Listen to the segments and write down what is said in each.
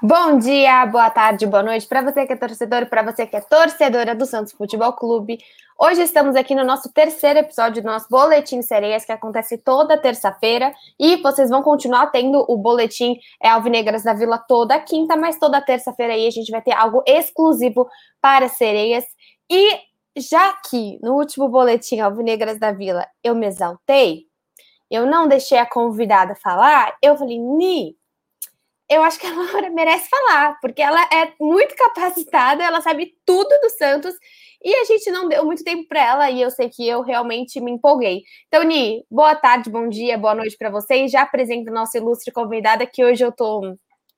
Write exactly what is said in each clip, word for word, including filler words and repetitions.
Bom dia, boa tarde, boa noite para você que é torcedor e para você que é torcedora do Santos Futebol Clube. Hoje estamos aqui no nosso terceiro episódio do nosso Boletim Sereias, que acontece toda terça-feira, e vocês vão continuar tendo o Boletim é, Alvinegras da Vila toda quinta, mas toda terça-feira aí a gente vai ter algo exclusivo para Sereias. E já que no último Boletim Alvinegras da Vila eu me exaltei, eu não deixei a convidada falar, eu falei, Ni, eu acho que a Laura merece falar, porque ela é muito capacitada, ela sabe tudo do Santos, e a gente não deu muito tempo para ela, e eu sei que eu realmente me empolguei. Então, Ni, boa tarde, bom dia, boa noite para vocês. Já apresento a nossa ilustre convidada, que hoje eu tô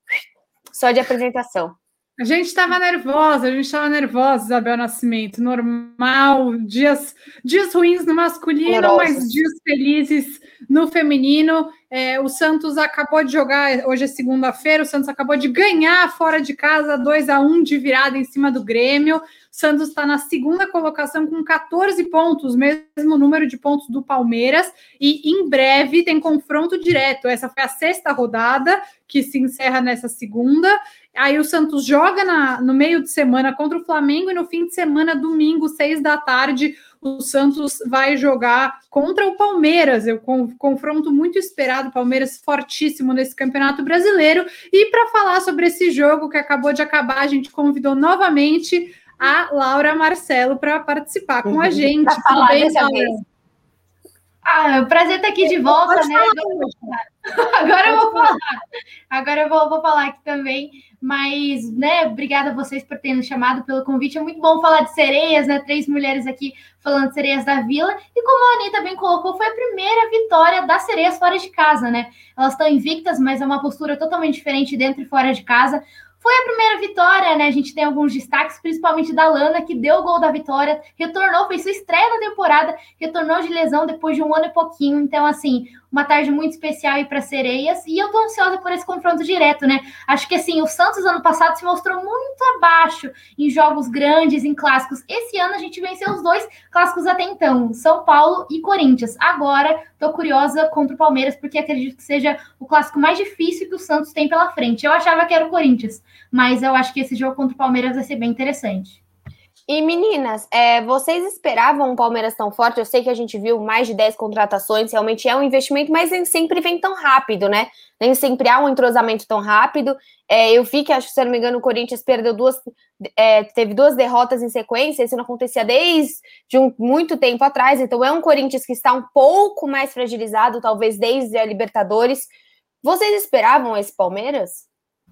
só de apresentação. A gente estava nervosa, a gente estava nervosa, Isabel Nascimento, normal, dias, dias ruins no masculino, Amorosos. Mas dias felizes no feminino. É, o Santos acabou de jogar, hoje é segunda-feira, o Santos acabou de ganhar fora de casa, dois a um de virada em cima do Grêmio. O Santos está na segunda colocação com catorze pontos, mesmo número de pontos do Palmeiras, e em breve tem confronto direto. Essa foi a sexta rodada, que se encerra nessa segunda. Aí o Santos joga na, no meio de semana contra o Flamengo e no fim de semana, domingo, seis da tarde, o Santos vai jogar contra o Palmeiras. Eu com, confronto muito esperado, Palmeiras fortíssimo nesse Campeonato Brasileiro. E para falar sobre esse jogo que acabou de acabar, a gente convidou novamente a Laura Marcelo para participar com uhum. a gente. Pra falar bem, dessa Laura? Vez. Ah, é um prazer estar aqui de volta, Pode né? Falar, Agora eu vou falar. Agora eu vou, vou falar aqui também. Mas, né, obrigada a vocês por terem nos chamado, pelo convite. É muito bom falar de Sereias, né? Três mulheres aqui falando de Sereias da Vila. E como a Anitta bem colocou, foi a primeira vitória das Sereias fora de casa, né? Elas estão invictas, mas é uma postura totalmente diferente dentro e fora de casa. Foi a primeira vitória, né? A gente tem alguns destaques, principalmente da Lana, que deu o gol da vitória, retornou, fez sua estreia na temporada, retornou de lesão depois de um ano e pouquinho. Então, assim, uma tarde muito especial aí para Sereias. E eu tô ansiosa por esse confronto direto, né? Acho que, assim, o Santos ano passado se mostrou muito abaixo em jogos grandes, em clássicos. Esse ano a gente venceu os dois clássicos até então, São Paulo e Corinthians. Agora, tô curiosa contra o Palmeiras, porque acredito que seja o clássico mais difícil que o Santos tem pela frente. Eu achava que era o Corinthians, mas eu acho que esse jogo contra o Palmeiras vai ser bem interessante. E meninas, é, vocês esperavam um Palmeiras tão forte? Eu sei que a gente viu mais de dez contratações, realmente é um investimento, mas nem sempre vem tão rápido, né? Nem sempre há um entrosamento tão rápido. É, eu vi que, acho que, se eu não me engano, o Corinthians perdeu duas, é, teve duas derrotas em sequência, isso não acontecia desde um, muito tempo atrás, então é um Corinthians que está um pouco mais fragilizado, talvez desde a Libertadores. Vocês esperavam esse Palmeiras?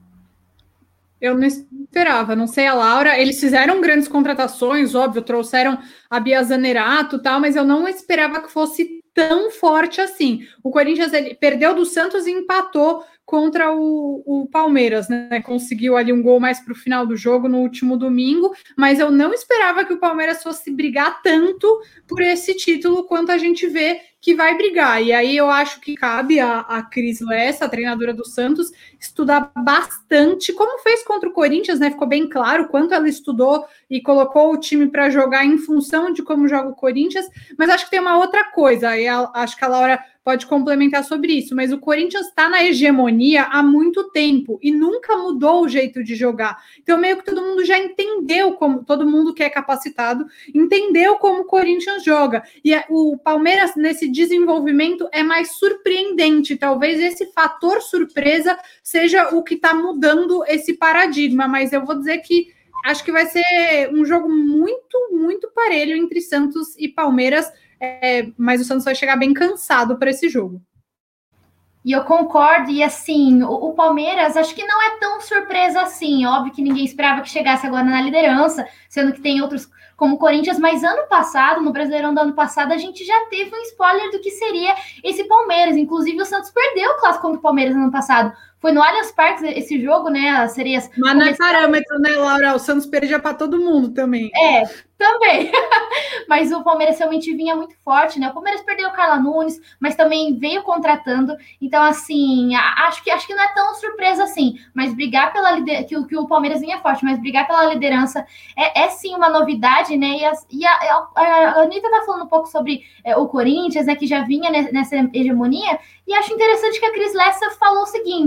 Eu não esperava, não sei a Laura, eles fizeram grandes contratações, óbvio, trouxeram a Bia Zanerato e tal, mas eu não esperava que fosse tão forte assim. O Corinthians ele perdeu do Santos e empatou contra o, o Palmeiras, né? Conseguiu ali um gol mais para o final do jogo no último domingo, mas eu não esperava que o Palmeiras fosse brigar tanto por esse título quanto a gente vê que vai brigar. E aí eu acho que cabe a, a Cris Lessa, a treinadora do Santos, estudar bastante, como fez contra o Corinthians, né? Ficou bem claro quanto ela estudou e colocou o time para jogar em função de como joga o Corinthians, mas acho que tem uma outra coisa, e a, acho que a Laura pode complementar sobre isso, mas o Corinthians está na hegemonia há muito tempo e nunca mudou o jeito de jogar. Então, meio que todo mundo já entendeu como, todo mundo que é capacitado, entendeu como o Corinthians joga. E o Palmeiras, nesse desenvolvimento, é mais surpreendente. Talvez esse fator surpresa seja o que está mudando esse paradigma, mas eu vou dizer que acho que vai ser um jogo muito, muito parelho entre Santos e Palmeiras, é, mas o Santos vai chegar bem cansado para esse jogo. E eu concordo, e assim, o, o Palmeiras acho que não é tão surpresa assim, óbvio que ninguém esperava que chegasse agora na liderança, sendo que tem outros como o Corinthians, mas ano passado, no Brasileirão do ano passado, a gente já teve um spoiler do que seria esse Palmeiras, inclusive o Santos perdeu o clássico contra o Palmeiras no ano passado. Foi no Allianz Parque esse jogo, né? As Sereias. Mas não é parâmetro, né, Laura? O Santos perdia para todo mundo também. É, também. Mas o Palmeiras realmente vinha muito forte, né? O Palmeiras perdeu o Carla Nunes, mas também veio contratando. Então, assim, acho que, acho que não é tão surpresa assim. Mas brigar pela liderança, que, que o Palmeiras vinha forte, mas brigar pela liderança é, é sim uma novidade, né? E, as, e a, a, a Anitta tá falando um pouco sobre é, o Corinthians, né? Que já vinha nessa hegemonia. E acho interessante que a Cris Lessa falou o seguinte: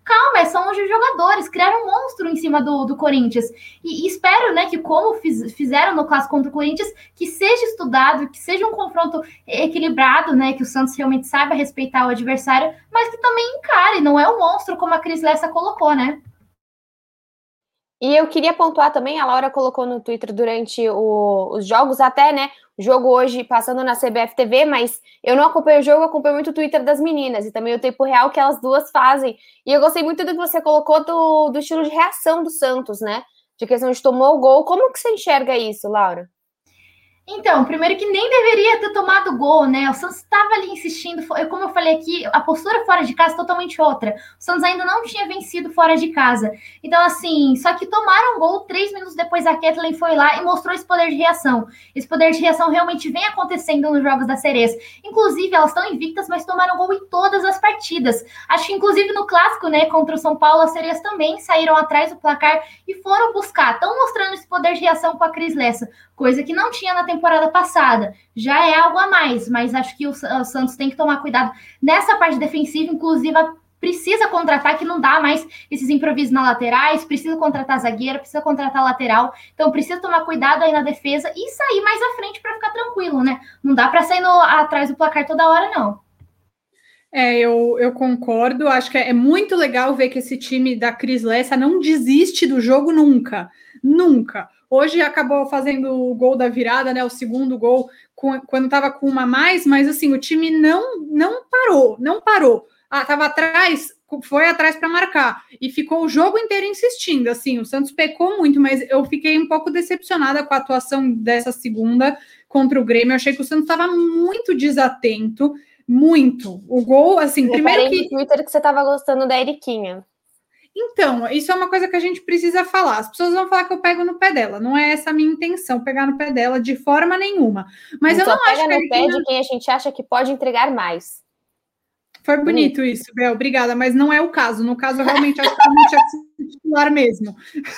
calma, são os jogadores, criaram um monstro em cima do, do Corinthians. E, e espero, né, que como fiz, fizeram no clássico contra o Corinthians, que seja estudado, que seja um confronto equilibrado, né, que o Santos realmente saiba respeitar o adversário, mas que também encare, não é um monstro como a Cris Lessa colocou, né? E eu queria pontuar também, a Laura colocou no Twitter durante o, os jogos, até, né, o jogo hoje passando na C B F T V, mas eu não acompanho o jogo, eu acompanho muito o Twitter das meninas, e também o tempo real que elas duas fazem. E eu gostei muito do que você colocou do, do estilo de reação do Santos, né, de questão de tomou o gol. Como que você enxerga isso, Laura? Então, primeiro que nem deveria ter tomado gol, né? O Santos estava ali insistindo, como eu falei aqui, a postura fora de casa é totalmente outra. O Santos ainda não tinha vencido fora de casa. Então, assim, só que tomaram gol, três minutos depois a Kathleen foi lá e mostrou esse poder de reação. Esse poder de reação realmente vem acontecendo nos jogos da Sereias. Inclusive, elas estão invictas, mas tomaram gol em todas as partidas. Acho que, inclusive, no clássico, né, contra o São Paulo, as Sereias também saíram atrás do placar e foram buscar. Estão mostrando esse poder de reação com a Cris Lessa, coisa que não tinha na temporada passada. Já é algo a mais, mas acho que o, o Santos tem que tomar cuidado nessa parte defensiva, inclusive precisa contratar, que não dá mais esses improvisos na laterais, precisa contratar zagueira, precisa contratar lateral, então precisa tomar cuidado aí na defesa e sair mais à frente para ficar tranquilo, né? Não dá para sair no, atrás do placar toda hora, não. É, eu, eu concordo, acho que é, é muito legal ver que esse time da Cris Lessa não desiste do jogo nunca, nunca. Hoje acabou fazendo o gol da virada, né? O segundo gol com, quando estava com uma a mais, mas assim, o time não, não parou, não parou. Ah, estava atrás, foi atrás para marcar e ficou o jogo inteiro insistindo. Assim, o Santos pecou muito, mas eu fiquei um pouco decepcionada com a atuação dessa segunda contra o Grêmio. Eu achei que o Santos estava muito desatento, muito. O gol, assim, primeiro que... no Twitter que você estava gostando da Eriquinha. Então, isso é uma coisa que a gente precisa falar. As pessoas vão falar que eu pego no pé dela. Não é essa a minha intenção, pegar no pé dela de forma nenhuma. Mas eu não acho que... pega no pé de quem a gente acha que pode entregar mais. Foi bonito isso, Bel, obrigada, mas não é o caso. No caso, eu realmente acho que eu não tinha que ser titular mesmo.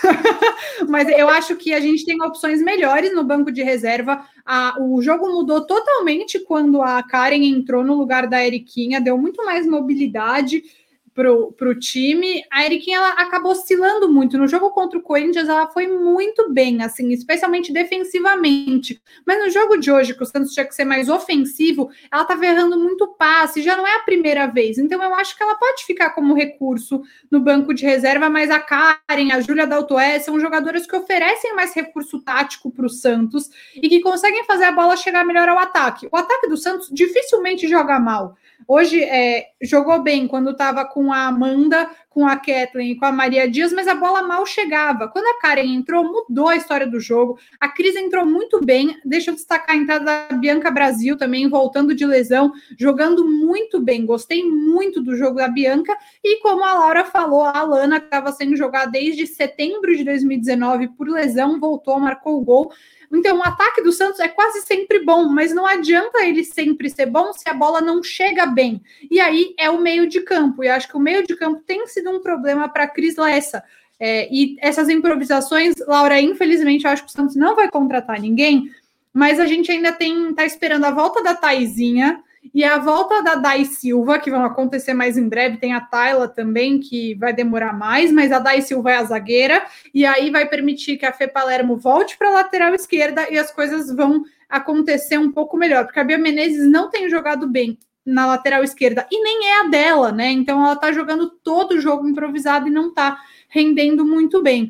Mas eu acho que a gente tem opções melhores no banco de reserva. A, o jogo mudou totalmente quando a Karen entrou no lugar da Eriquinha, deu muito mais mobilidade pro, pro time. A Eriquinha, ela acabou oscilando muito. No jogo contra o Corinthians, ela foi muito bem, assim, especialmente defensivamente. Mas no jogo de hoje, que o Santos tinha que ser mais ofensivo, ela tá errando muito passe, já não é a primeira vez. Então eu acho que ela pode ficar como recurso no banco de reserva, mas a Karen, a Júlia Daltoé, são jogadoras que oferecem mais recurso tático para o Santos e que conseguem fazer a bola chegar melhor ao ataque. O ataque do Santos dificilmente joga mal. Hoje é, jogou bem quando estava com a Amanda, com a Kathleen e com a Maria Dias, mas a bola mal chegava. Quando a Karen entrou, mudou a história do jogo. A Cris entrou muito bem. Deixa eu destacar a entrada da Bianca Brasil também, voltando de lesão, jogando muito bem. Gostei muito do jogo da Bianca. E como a Laura falou, a Alana, que estava sendo jogada desde setembro de dois mil e dezenove por lesão, voltou, marcou o gol. Então, o ataque do Santos é quase sempre bom, mas não adianta ele sempre ser bom se a bola não chega bem. E aí é o meio de campo. E acho que o meio de campo tem sido um problema para a Cris Lessa. É, e essas improvisações, Laura, infelizmente, eu acho que o Santos não vai contratar ninguém, mas a gente ainda tem tá esperando a volta da Taizinha e a volta da Dai Silva, que vão acontecer mais em breve. Tem a Tayla também, que vai demorar mais, mas a Dai Silva é a zagueira, e aí vai permitir que a Fê Palermo volte para a lateral esquerda e as coisas vão acontecer um pouco melhor, porque a Bia Menezes não tem jogado bem na lateral esquerda, e nem é a dela, né? Então ela tá jogando todo o jogo improvisado e não tá rendendo muito bem.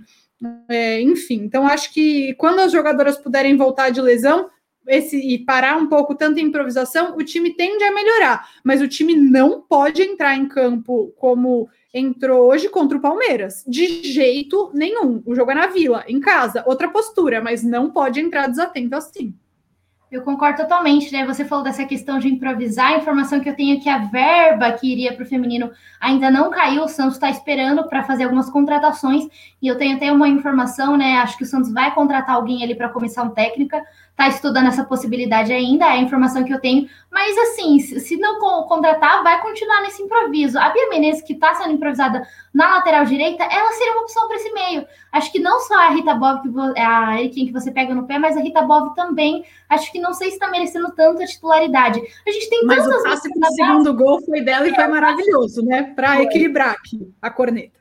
É, enfim, então acho que quando as jogadoras puderem voltar de lesão, Esse, e parar um pouco tanta improvisação, o time tende a melhorar, mas o time não pode entrar em campo como entrou hoje contra o Palmeiras, de jeito nenhum. O jogo é na Vila, em casa, outra postura, mas não pode entrar desatento assim. Eu concordo totalmente, né? Você falou dessa questão de improvisar. A informação que eu tenho é que a verba que iria para o feminino ainda não caiu. O Santos está esperando para fazer algumas contratações. E eu tenho até uma informação, né? Acho que o Santos vai contratar alguém ali para a comissão técnica, tá estudando essa possibilidade ainda, é a informação que eu tenho, mas assim, se não contratar, vai continuar nesse improviso. A Bia Menezes, que está sendo improvisada na lateral direita, ela seria uma opção para esse meio. Acho que não só a Rita Bov, que a Eriquinha que você pega no pé, mas a Rita Bov também, acho que não sei se está merecendo tanta titularidade. A gente tem mas tantas... o passe pro segundo gol foi dela e foi maravilhoso, né? Para equilibrar aqui a corneta.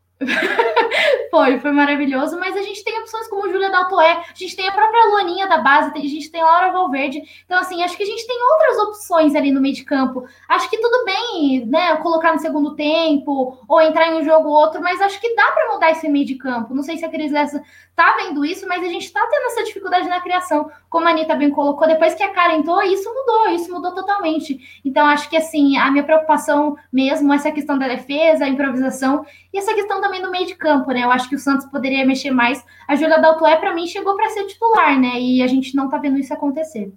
Foi, foi maravilhoso, mas a gente tem opções como Júlia Daltoé, a gente tem a própria Luaninha da base, a gente tem Laura Valverde, então assim, acho que a gente tem outras opções ali no meio de campo, acho que tudo bem, né, colocar no segundo tempo, ou entrar em um jogo ou outro, mas acho que dá para mudar esse meio de campo, não sei se a Cris Lessa tá vendo isso, mas a gente tá tendo essa dificuldade na criação, como a Anitta bem colocou, depois que a Karen entrou, isso mudou, isso mudou totalmente, então acho que assim, a minha preocupação mesmo, essa questão da defesa, a improvisação, e essa questão também do meio de campo, né, eu acho que o Santos poderia mexer mais. A Júlia Daltoé, para mim, chegou para ser titular, né? E a gente não tá vendo isso acontecer.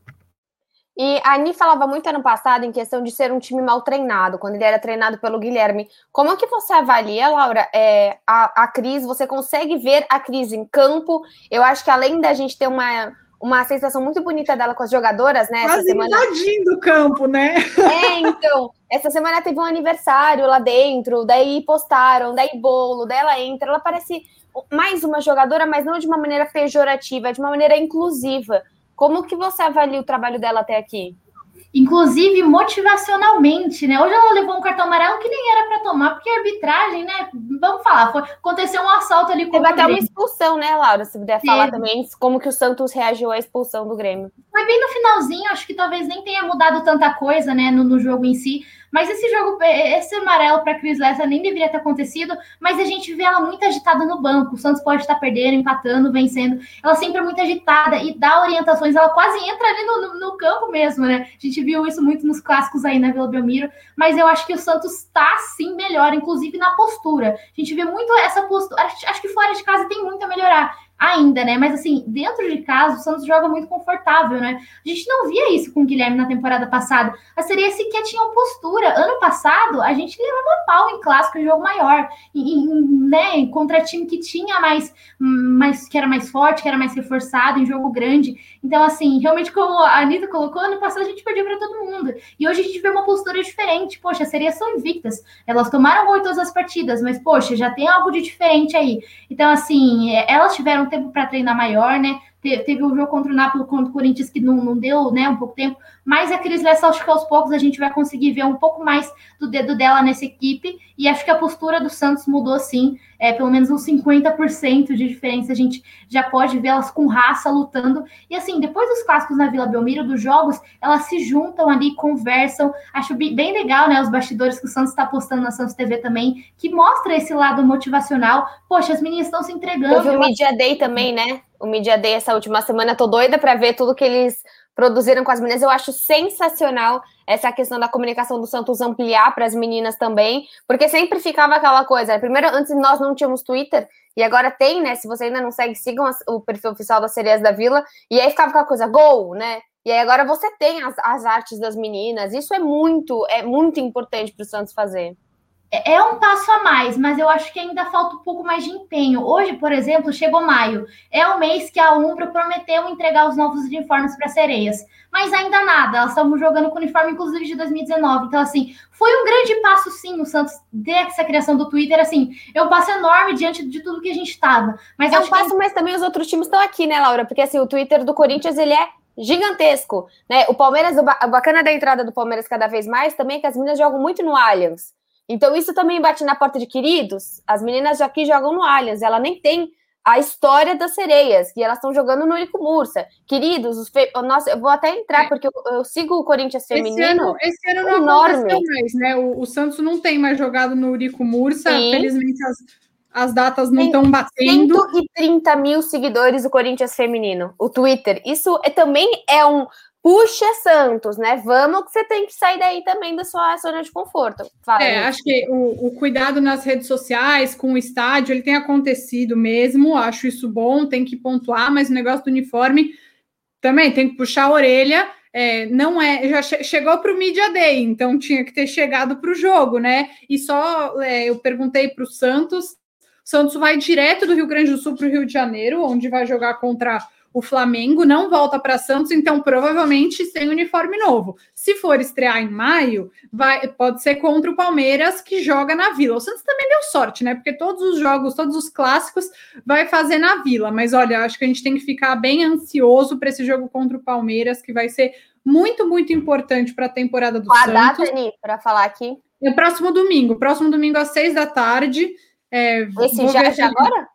E a Ani falava muito ano passado em questão de ser um time mal treinado, quando ele era treinado pelo Guilherme. Como que você avalia, Laura, é, a, a Cris? Você consegue ver a Cris em campo? Eu acho que além da gente ter uma, uma sensação muito bonita dela com as jogadoras, né? Quase essa semana... invadindo o campo, né? É, então, essa semana teve um aniversário lá dentro, daí postaram, daí bolo, daí ela entra, ela parece mais uma jogadora, mas não de uma maneira pejorativa, de uma maneira inclusiva. Como que você avalia o trabalho dela até aqui? Inclusive motivacionalmente, né? Hoje ela levou um cartão amarelo que nem era para tomar, porque a arbitragem, né? Vamos falar, foi, aconteceu um assalto ali com o Teve até uma expulsão, né, Laura? Se puder Teve. falar também como que o Santos reagiu à expulsão do Grêmio. Foi bem no finalzinho, acho que talvez nem tenha mudado tanta coisa, né, no, no jogo em si. Mas esse jogo, esse amarelo para a Cris Lessa nem deveria ter acontecido, mas a gente vê ela muito agitada no banco. O Santos pode estar perdendo, empatando, vencendo. Ela sempre é muito agitada e dá orientações. Ela quase entra ali no, no, no campo mesmo, né? A gente viu isso muito nos clássicos aí na Vila Belmiro. Mas eu acho que o Santos está, sim, melhor, inclusive na postura. A gente vê muito essa postura. Acho, acho que fora de casa tem muito a melhorar ainda, né? Mas assim, dentro de casa, o Santos joga muito confortável, né? A gente não via isso com o Guilherme na temporada passada. A sereia sequer tinha postura. Ano passado, a gente levava pau em clássico, em jogo maior, e, e, né? Contra time que tinha mais, mais, que era mais forte, que era mais reforçado, em jogo grande. Então, assim, realmente, como a Anitta colocou, ano passado a gente perdia para todo mundo. E hoje a gente vê uma postura diferente. Poxa, as sereias são invictas. Elas tomaram gol em todas as partidas, mas, poxa, já tem algo de diferente aí. Então, assim, elas tiveram tempo para treinar maior, né? Teve o um jogo contra o Napoli, contra o Corinthians, que não, não deu, né, um pouco tempo, mas a Cris Lessa, acho que aos poucos a gente vai conseguir ver um pouco mais do dedo dela nessa equipe, e acho que a postura do Santos mudou sim, é, pelo menos uns cinquenta por cento de diferença, a gente já pode ver elas com raça, lutando, e assim, depois dos clássicos na Vila Belmiro, dos jogos, elas se juntam ali, conversam, acho bem legal, né, os bastidores que o Santos está postando na Santos T V também, que mostra esse lado motivacional, poxa, as meninas estão se entregando. Teve o Media Day também, né? O Media Day essa última semana, tô doida para ver tudo que eles produziram com as meninas. Eu acho sensacional essa questão da comunicação do Santos ampliar para as meninas também, porque sempre ficava aquela coisa, primeiro, antes nós não tínhamos Twitter, e agora tem, né, se você ainda não segue, sigam o perfil oficial das Sereias da Vila, e aí ficava aquela coisa, gol, né, e aí agora você tem as, as artes das meninas, isso é muito, é muito importante para o Santos fazer. É um passo a mais, mas eu acho que ainda falta um pouco mais de empenho. Hoje, por exemplo, chegou maio. É o mês que a Umbro prometeu entregar os novos uniformes para as sereias. Mas ainda nada, elas estavam jogando com o uniforme, inclusive, de dois mil e dezenove. Então, assim, foi um grande passo, sim, o Santos ter essa criação do Twitter. Assim, é um passo enorme diante de tudo que a gente estava. Mas é um passo, que... mas também os outros times estão aqui, né, Laura? Porque, assim, o Twitter do Corinthians, ele é gigantesco, né? O Palmeiras, o bacana da entrada do Palmeiras cada vez mais também é que as meninas jogam muito no Allianz. Então, isso também bate na porta de queridos. As meninas aqui jogam no Allianz. Ela nem tem a história das sereias, que elas estão jogando no Urico Mursa. Queridos, os fe... Nossa, eu vou até entrar, porque eu, eu sigo o Corinthians feminino. Esse ano, esse ano não enorme. aconteceu mais, né? O, o Santos não tem mais jogado no Urico Mursa. Sim. Felizmente, as, as datas não estão batendo. cento e trinta mil seguidores do Corinthians feminino. O Twitter. Isso é, também é um... Puxa, Santos, né? Vamos que você tem que sair daí também da sua zona de conforto. Fala, é, gente. Acho que o, o cuidado nas redes sociais, com o estádio, ele tem acontecido mesmo, acho isso bom, tem que pontuar, mas o negócio do uniforme também tem que puxar a orelha, é, não é, já che- chegou para o Media Day, então tinha que ter chegado para o jogo, né? E só, é, eu perguntei para o Santos, o Santos vai direto do Rio Grande do Sul para o Rio de Janeiro, onde vai jogar contra o Flamengo, não volta para Santos, então provavelmente sem uniforme novo. Se for estrear em maio, vai, pode ser contra o Palmeiras, que joga na Vila. O Santos também deu sorte, né? Porque todos os jogos, todos os clássicos, vai fazer na Vila. Mas olha, acho que a gente tem que ficar bem ansioso para esse jogo contra o Palmeiras, que vai ser muito, muito importante para a temporada do Qual Santos. a data, Ani, para falar aqui? É próximo domingo. Próximo domingo às seis da tarde. É, Esse já, já agora?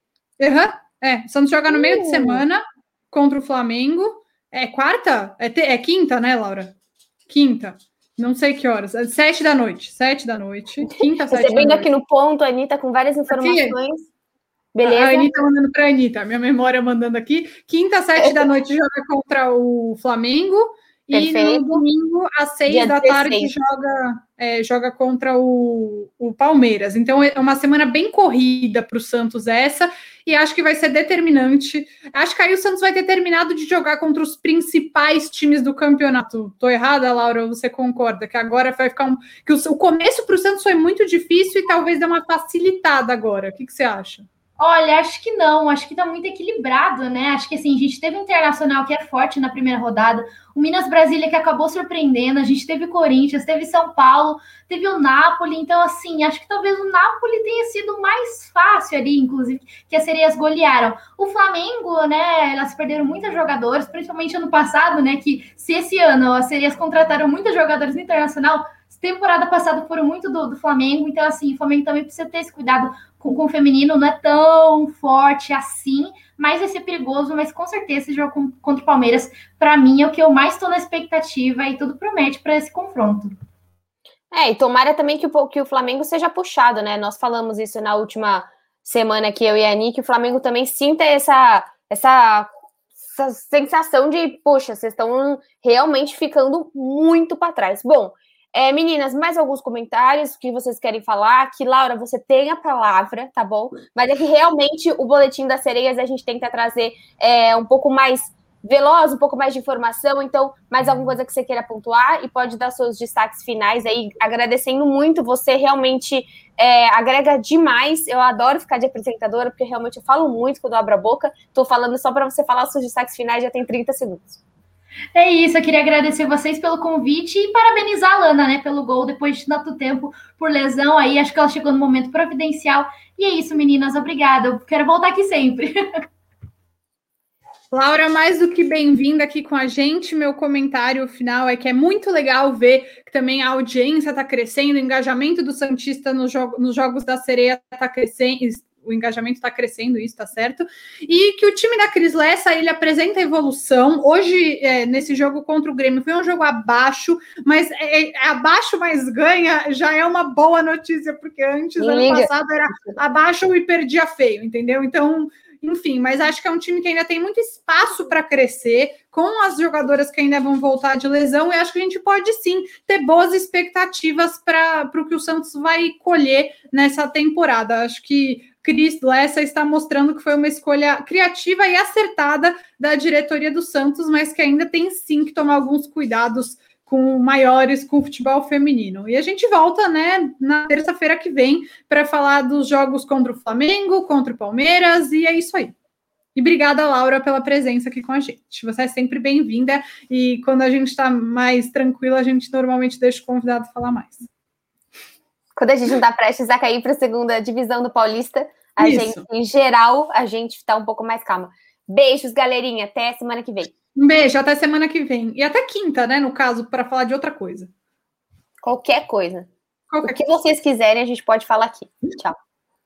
Uhum. É, o Santos joga no meio uh. de semana contra o Flamengo. É quarta? É, te... é quinta, né, Laura? Quinta. Não sei que horas. É sete da noite. Sete da noite. Quinta, sete Recebendo da noite. aqui no ponto, a Anitta com várias informações. Aqui. Beleza. A Anitta mandando para a Anitta. Minha memória mandando aqui. Quinta, sete da noite joga contra o Flamengo. Perfeito. E no domingo, às seis Dia da tarde, joga, é, joga contra o, o Palmeiras. Então, é uma semana bem corrida para o Santos essa, e acho que vai ser determinante. Acho que aí o Santos vai ter terminado de jogar contra os principais times do campeonato. Tô errada, Laura? Você concorda? Que agora vai ficar um... que o, o começo para o Santos foi muito difícil e talvez dê uma facilitada agora. O que, que você acha? Olha, acho que não, acho que tá muito equilibrado, né? Acho que assim, a gente teve o Internacional que é forte na primeira rodada, o Minas Brasília que acabou surpreendendo, a gente teve o Corinthians, teve São Paulo, teve o Napoli, então assim, acho que talvez o Napoli tenha sido mais fácil ali, inclusive, que as sereias golearam. O Flamengo, né, elas perderam muitos jogadores, principalmente ano passado, né, que se esse ano as sereias contrataram muitos jogadores no Internacional, temporada passada foram muito do, do Flamengo, então assim, o Flamengo também precisa ter esse cuidado com, com o feminino, não é tão forte assim, mas vai ser perigoso, mas com certeza esse jogo com, contra o Palmeiras, para mim, é o que eu mais estou na expectativa e tudo promete para esse confronto. É, e tomara também que o, que o Flamengo seja puxado, né? Nós falamos isso na última semana que eu e a Ani, que o Flamengo também sinta essa, essa, essa sensação de, poxa, vocês estão realmente ficando muito para trás. Bom, É, meninas, mais alguns comentários que vocês querem falar? Que, Laura, você tem a palavra, tá bom? Mas é que realmente o Boletim das Sereias a gente tenta trazer é, um pouco mais veloz, um pouco mais de informação. Então, mais alguma coisa que você queira pontuar? E pode dar seus destaques finais aí, agradecendo muito. Você realmente é, agrega demais. Eu adoro ficar de apresentadora, porque realmente eu falo muito quando eu abro a boca. Tô falando só para você falar os seus destaques finais, já tem trinta segundos. É isso, eu queria agradecer vocês pelo convite e parabenizar a Lana, né, pelo gol depois de tanto tempo por lesão aí, acho que ela chegou no momento providencial, e é isso, meninas, obrigada, eu quero voltar aqui sempre. Laura, mais do que bem-vinda aqui com a gente, meu comentário final é que é muito legal ver que também a audiência está crescendo, o engajamento do Santista nos, jogo, nos Jogos da Sereia está crescendo, o engajamento está crescendo, isso está certo, e que o time da Cris Lessa, ele apresenta evolução. Hoje, é, nesse jogo contra o Grêmio, foi um jogo abaixo, mas é, é, abaixo, mas ganha, já é uma boa notícia, porque antes, Liga. ano passado, era abaixo e perdia feio, entendeu? Então, enfim, mas acho que é um time que ainda tem muito espaço para crescer, com as jogadoras que ainda vão voltar de lesão, e acho que a gente pode sim ter boas expectativas para o que o Santos vai colher nessa temporada. Acho que Cris Lessa está mostrando que foi uma escolha criativa e acertada da diretoria do Santos, mas que ainda tem sim que tomar alguns cuidados com maiores com o futebol feminino. E a gente volta, né, na terça-feira que vem para falar dos jogos contra o Flamengo, contra o Palmeiras, e é isso aí. E obrigada, Laura, pela presença aqui com a gente. Você é sempre bem-vinda, e quando a gente está mais tranquila, a gente normalmente deixa o convidado falar mais. Quando a gente não está prestes a cair para a segunda divisão do Paulista, a Isso. gente, em geral, a gente está um pouco mais calma. Beijos, galerinha. Até semana que vem. Um beijo, até semana que vem. E até quinta, né, no caso, para falar de outra coisa. Qualquer coisa. Qualquer o que coisa. vocês quiserem, a gente pode falar aqui. Tchau.